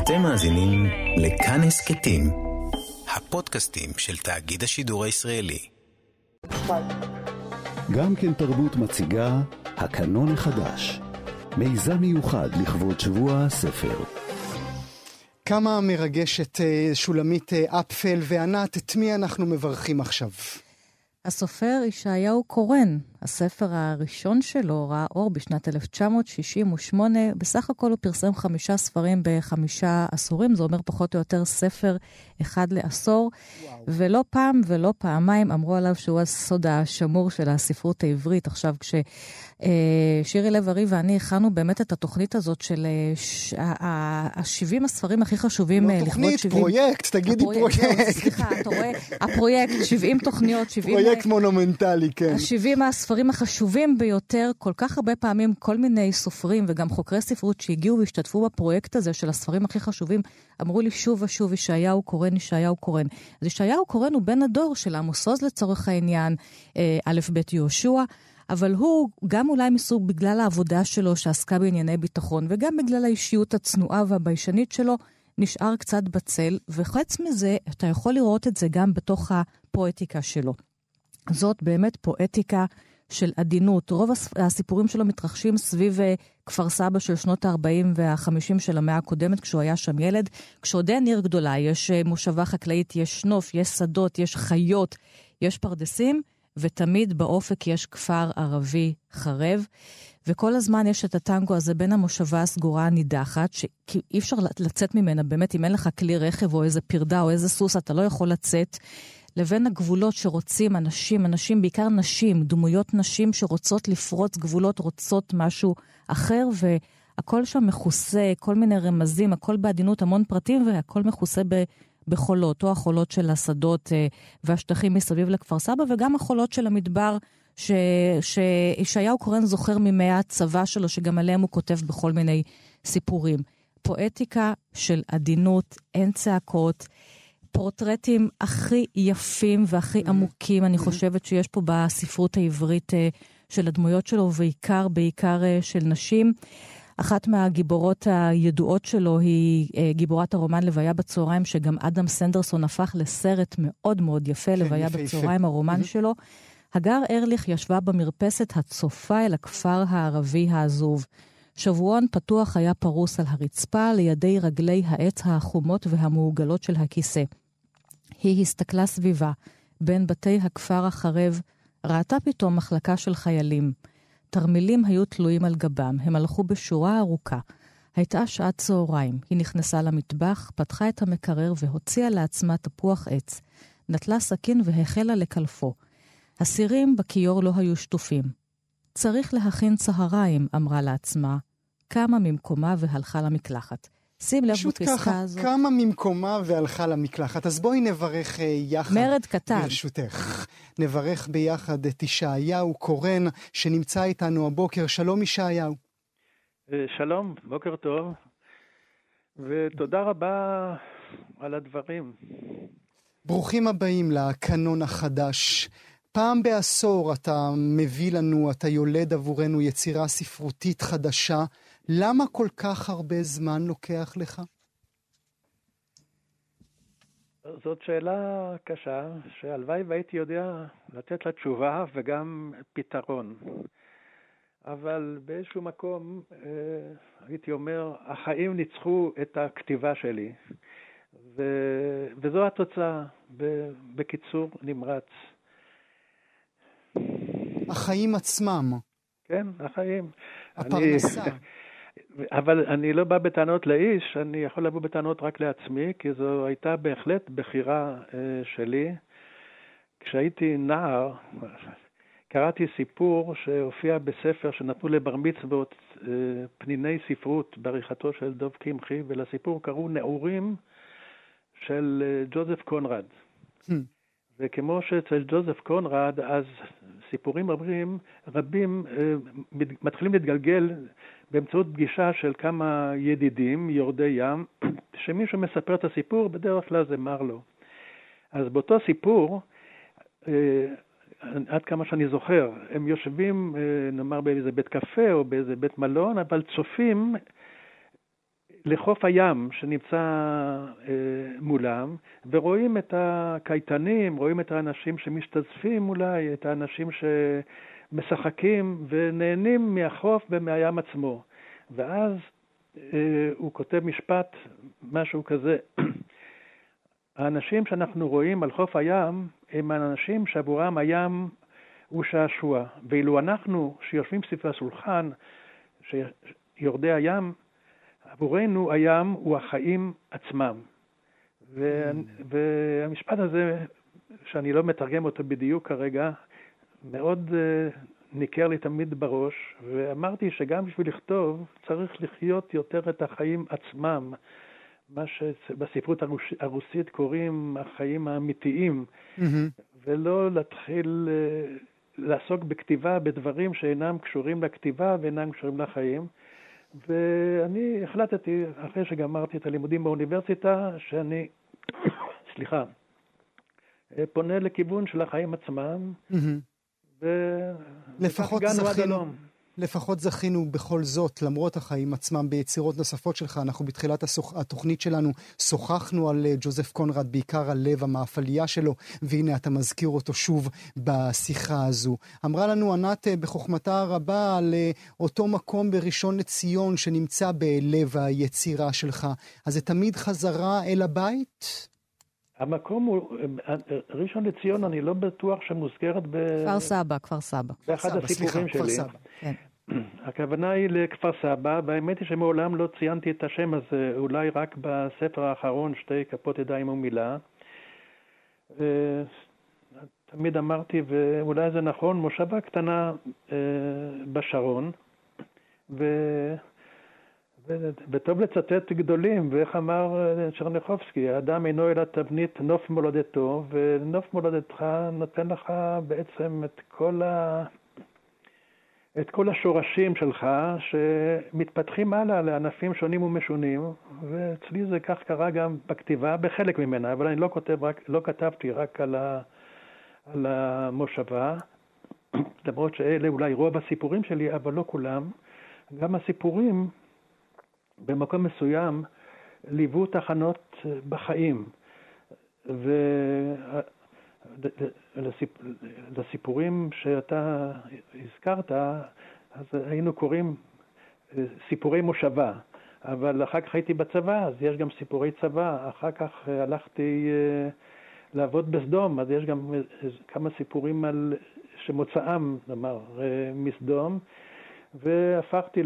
אתם מאזינים לכאן הסכתים, הפודקאסטים של תאגיד השידור הישראלי. גם כן תרבות מציגה הקנון החדש, מיזם מיוחד לכבוד שבוע הספר. כמה מרגשת שולמית אפפל וענת, את מי אנחנו מברכים עכשיו? הסופר ישעיהו קורן, הספר הראשון שלו ראה אור בשנת 1968, בסך הכל הוא פרסם 5 ספרים ב5 עשורים, זה אומר פחות או יותר ספר אחד לעשור, ולא פעם ולא פעמיים אמרו עליו שהוא הסוד השמור של הספרות העברית. עכשיו כששירי לב-ארי ואני הכנו באמת את התוכנית הזאת של 70 הספרים הכי חשובים לכבוד 70. תוכנית, פרויקט, תגידי פרויקט. סליחה, אתה רואה, הפרויקט, 70 תוכניות, 70... פרויקט מונומנטלי, כן. 70 הספרים החשובים ביותר, כל כך הרבה פעמים כל מיני סופרים וגם חוקרי ספרות שהגיעו והשתתפו בפרויקט הזה של הספרים הכי חשובים, אמרו לי שוב ושוב, ישעיהו קורן, ישעיהו קורן. אז ישעיהו קורן הוא בן הדור של עמוס עוז לצורך העניין, א' ב' יהושע, אבל הוא גם אולי מסוג בגלל העבודה שלו שעסקה בענייני ביטחון, וגם בגלל האישיות הצנועה והביישנית שלו, נשאר קצת בצל, וחץ מזה, אתה יכול לראות את זה גם בתוך הפואטיקה שלו. זאת באמת פואטיקה של עדינות. רוב הסיפורים שלו מתרחשים סביב כפר סבא של שנות ה-40 וה-50 של המאה הקודמת, כשהוא היה שם ילד. כשעוד אין עיר גדולה, יש מושבה חקלאית, יש נוף, יש שדות, יש חיות, יש פרדסים, ותמיד באופק יש כפר ערבי חרב, וכל הזמן יש את הטנגו הזה בין המושבה הסגורה הנידחת, שאי אפשר לצאת ממנה, באמת אם אין לך כלי רכב או איזה פרדה או איזה סוס, אתה לא יכול לצאת, לבין הגבולות שרוצים אנשים, בעיקר נשים, דמויות נשים שרוצות לפרוץ גבולות, רוצות משהו אחר, והכל שם מכוסה, כל מיני רמזים, הכל בעדינות, המון פרטים, והכל מכוסה בחולות, או החולות של השדות והשטחים מסביב לכפר סבא, וגם החולות של המדבר, שישעיהו קורן זוכר מימי הצבא שלו, שגם עליהם הוא כותב בכל מיני סיפורים. פואטיקה של עדינות, אין צעקות, פורטרטים הכי יפים והכי עמוקים, אני חושבת שיש פה בספרות העברית של הדמויות שלו, ובעיקר של נשים. אחת מהגיבורות הידועות שלו היא גיבורת הרומן לוויה בצהריים, שגם אדם סנדרסון הפך לסרט מאוד מאוד יפה, לוויה בצהריים, הרומן שלו. הגר ארליך ישבה במרפסת הצופה אל הכפר הערבי העזוב. שבועון פתוח היה פרוס על הרצפה לידי רגלי העץ החומות והמעוגלות של הכיסא. היא הסתכלה סביבה, בין בתי הכפר החרב, ראתה פתאום מחלקה של חיילים. תרמילים היו תלויים על גבם, הם הלכו בשורה ארוכה. הייתה שעת צהריים, היא נכנסה למטבח, פתחה את המקרר והוציאה לעצמה תפוח עץ. נטלה סכין והחלה לקלפו. הסירים בכיור לא היו שטופים. צריך להכין צהריים, אמרה לעצמה. קמה ממקומה והלכה למקלחת. שים לב בפסקה הזאת. קמה ממקומה והלכה למקלחת. אז בואי נברך יחד. מרד קטן. ברשותך. נברך ביחד את ישעיהו קורן, שנמצא איתנו הבוקר. שלום ישעיהו. שלום, בוקר טוב. ותודה רבה על הדברים. ברוכים הבאים לקנון החדש. פעם בעשור אתה מביא לנו, אתה יולד עבורנו יצירה ספרותית חדשה. למה כל כך הרבה זמן לוקח לך? זאת שאלה קשה, שהלוואי והייתי יודע לתת לה תשובה וגם פתרון. אבל באיזשהו מקום הייתי אומר, החיים ניצחו את הכתיבה שלי. וזו התוצאה, בקיצור נמרץ. החיים עצמם. כן, החיים. הפרנסה. אבל אני לא בא בטענות לאיש, אני יכול לבוא בטענות רק לעצמי, כי זו הייתה בהחלט בחירה שלי. כשהייתי נער, קראתי סיפור שהופיע בספר שנתנו לבר מצוות פניני ספרות בעריכתו של דוב קמחי, ולסיפור קראו נעורים של ג'וזף קונרד. וכמו שאצל ג'וזף קונרד, אז סיפורים רבים מתחילים להתגלגל באמצעות פגישה של כמה ידידים, יורדי ים, שמישהו מספר את הסיפור, בדרך כלל זה מרלו. אז באותו סיפור, עד כמה שאני זוכר, הם יושבים, נאמר באיזה בית קפה או באיזה בית מלון, אבל צופים לחוף הים שנמצא מולם, ורואים את הקייטנים, רואים את האנשים שמשתזפים אולי, את האנשים שמשחקים ונהנים מהחוף ומהים עצמו. ואז הוא כותב משפט, משהו כזה, האנשים שאנחנו רואים על חוף הים הם האנשים שעבורם הים הוא שעשוע, ואילו אנחנו שיושבים סביב השולחן, שיורדי הים, עבורנו הים הוא החיים עצמם. והמשפט הזה, שאני לא מתרגם אותו בדיוק כרגע, מאוד ניכר לי תמיד בראש, ואמרתי שגם בשביל לכתוב צריך לחיות יותר את החיים עצמם, מה שבספרות הרוסית קוראים החיים האמיתיים, ולא להתחיל לעסוק בכתיבה בדברים שאינם קשורים לכתיבה ואינם קשורים לחיים. ואני החלטתי, אחרי שגמרתי את הלימודים באוניברסיטה, שאני, פונה לכיוון של החיים עצמם, לפחות זכינו בכל זאת, למרות החיים עצמם ביצירות נוספות שלך. אנחנו בתחילת התוכנית שלנו שוחחנו על ג'וזף קונרד, בעיקר על לב המאפליה שלו, והנה אתה מזכיר אותו שוב בשיחה הזו. אמרה לנו ענת בחוכמתה הרבה על אותו מקום בראשון לציון שנמצא בלב היצירה שלך. אז זה תמיד חזרה אל הבית? המקום הוא, ראשון לציון, אני לא בטוח שמוזכרת כפר סבא. באחד הסיפורים שלי. כן. הכוונה היא לכפר סבא, והאמת היא שמעולם לא ציינתי את השם הזה, אולי רק בספר האחרון, שתי כפות ידיים ומילה. תמיד אמרתי, ואולי זה נכון, מושבה קטנה בשרון, וטוב לצטט גדולים, ואיך אמר צ'רניחובסקי, האדם אינו אלא תבנית נוף מולדתו, ונוף מולדתך נותן לך בעצם את כל השורשים שלך, שמתפתחים הלאה לענפים שונים ומשונים, ואצלי זה כך קרה גם בכתיבה, בחלק ממנה, אבל אני לא כתבתי רק על המושבה, למרות שאלה אולי רוב הסיפורים שלי, אבל לא כולם. גם הסיפורים במקום מסוים ליוו תחנות בחיים, ולסיפורים שאתה הזכרת, אז היינו קוראים סיפורי מושבה, אבל אחר כך הייתי בצבא, אז יש גם סיפורי צבא, אחר כך הלכתי לעבוד בסדום, אז יש גם כמה סיפורים על שמוצאם, נאמר, מסדום, והפכתי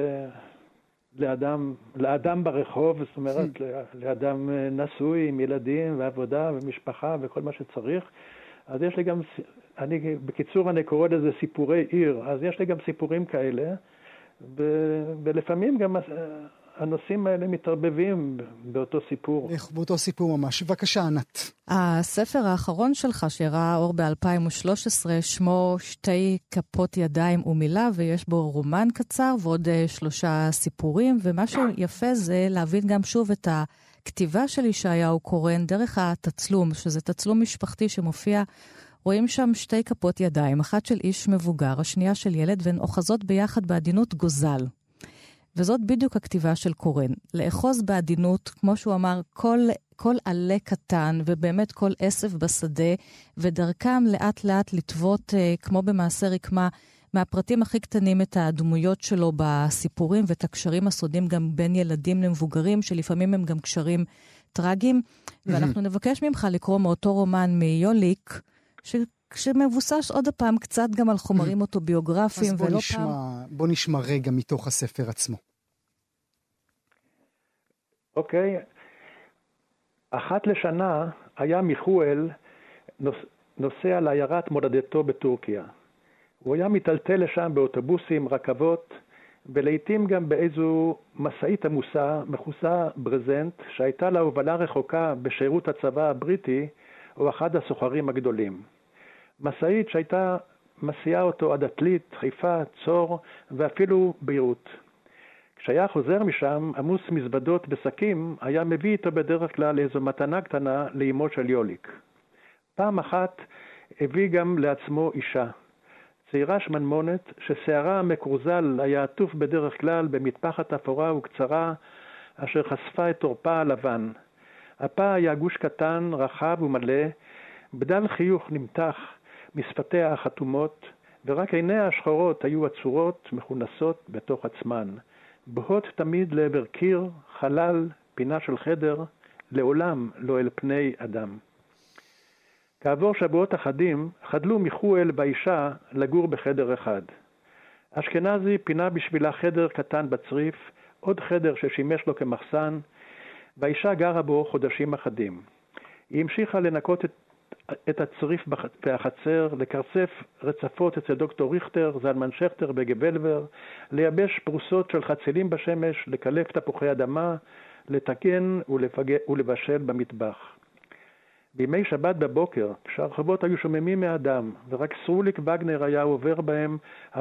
לאדם ברחוב, זאת אומרת, לאדם נשוי עם ילדים ועבודה ומשפחה וכל מה שצריך. אז יש לי גם, בקיצור אני קורא לזה סיפורי עיר, אז יש לי גם סיפורים כאלה, ולפעמים גם הנושאים האלה מתערבבים באותו סיפור. באותו סיפור ממש. בבקשה, ענת. הספר האחרון שלך שראה אור ב-2013, שמו שתי כפות ידיים ומילה, ויש בו רומן קצר ועוד 3 סיפורים, ומה שיפה זה להבין גם שוב את הכתיבה של ישעיהו קורן דרך התצלום, שזה תצלום משפחתי שמופיע, רואים שם 2 כפות ידיים, אחת של איש מבוגר, השנייה של ילד, והן אוחזות ביחד בעדינות גוזל. וזאת בדיוק הכתיבה של קורן. לאחוז בעדינות, כמו שהוא אמר, כל עלה קטן, ובאמת כל אסף בשדה, ודרכם לאט לאט לטוות, כמו במעשה רקמה, מהפרטים הכי קטנים את הדמויות שלו בסיפורים, ואת הקשרים הסודיים גם בין ילדים למבוגרים, שלפעמים הם גם קשרים טרגיים. ואנחנו נבקש ממך לקרוא מאותו רומן מיוליק, שמבוסס עוד הפעם קצת גם על חומרים אוטוביוגרפיים, ולא פעם... בוא נשמע רגע מתוך הספר עצמו. אוקיי. אחת לשנה היה מיכואל נוסע לעיירת מולדתו בטורקיה. הוא היה מטלטל לשם באוטובוסים, רכבות, ולעיתים גם באיזו מסעית עמוסה, מכוסה ברזנט, שהייתה לה הובלה רחוקה בשירות הצבא הבריטי, או אחד הסוחרים הגדולים. מסעית שהייתה מסיעה אותו עד עתלית, חיפה, צור ואפילו ביירות. כשהיה חוזר משם, עמוס מזוודות בשקים, היה מביא איתו בדרך כלל איזו מתנה קטנה לאמו של יוליק. פעם אחת הביא גם לעצמו אישה, צעירה שמנמונת, ששערה המקורזל היה עטוף בדרך כלל במטפחת אפורה וקצרה, אשר חשפה את עורפה הלבן. הפה היה גוש קטן, רחב ומלא, בדל חיוך נמתח משפתיה החתומות, ורק עיניה השחורות היו עצורות, מכונסות בתוך עצמן, בוהות תמיד לעבר קיר, חלל, פינה של חדר, לעולם לא אל פני אדם. כעבור שבועות אחדים, חדלו מיכואל והאישה לגור בחדר אחד. אשכנזי פינה בשבילה חדר קטן בצריף, עוד חדר ששימש לו כמחסן, והאישה גרה בו חודשים אחדים. היא המשיכה לנקות את הצריף והחצר, לקרצף רצפות אצל דוקטור ריכטר, זלמן שכטר בגבלבר, לייבש פרוסות של חצילים בשמש, לקלף תפוחי אדמה, לתקן ולבשל במטבח. בימי שבת בבוקר, כשהרחובות היו שוממים מאדם, ורק סרוליק וגנר היה עובר בהם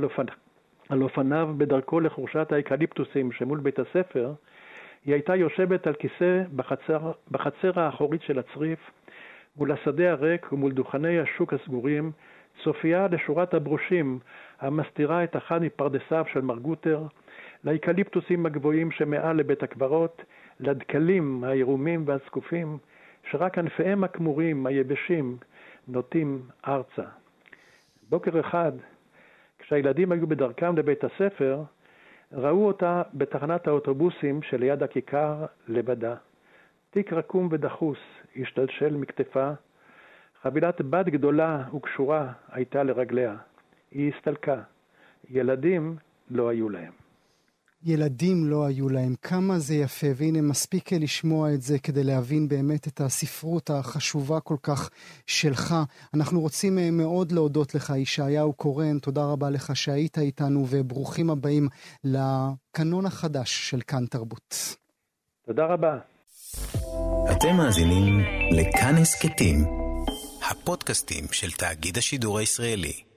על אופניו בדרכו לחורשת האקליפטוסים שמול בית הספר, היא הייתה יושבת על כיסא בחצר האחורית של הצריף, מול השדה הריק ומול דוכני השוק הסגורים, צופייה לשורת הברושים המסתירה את אחד מפרדסיו של מרגוטר, לאקליפטוסים הגבוהים שמעל לבית הקברות, לדקלים העירומים והזקופים, שרק ענפיהם הכמורים, היבשים, נוטים ארצה. בוקר אחד, כשהילדים היו בדרכם לבית הספר, ראו אותה בתחנת האוטובוסים שליד הכיכר לבדה. תיק רקום ודחוס השתלשל מכתפה, חבילת בד גדולה וקשורה הייתה לרגליה. היא הסתלקה. ילדים לא היו להם. ילדים לא היו להם. כמה זה יפה, והנה מספיק לשמוע את זה כדי להבין באמת את הספרות החשובה כל כך שלך. אנחנו רוצים מאוד להודות לך, ישעיהו קורן, תודה רבה לך שהיית איתנו, וברוכים הבאים לקנון החדש של כאן תרבות. תודה רבה. אתם מאזינים לכאן הסכתים, הפודקאסטים של תאגיד השידור הישראלי.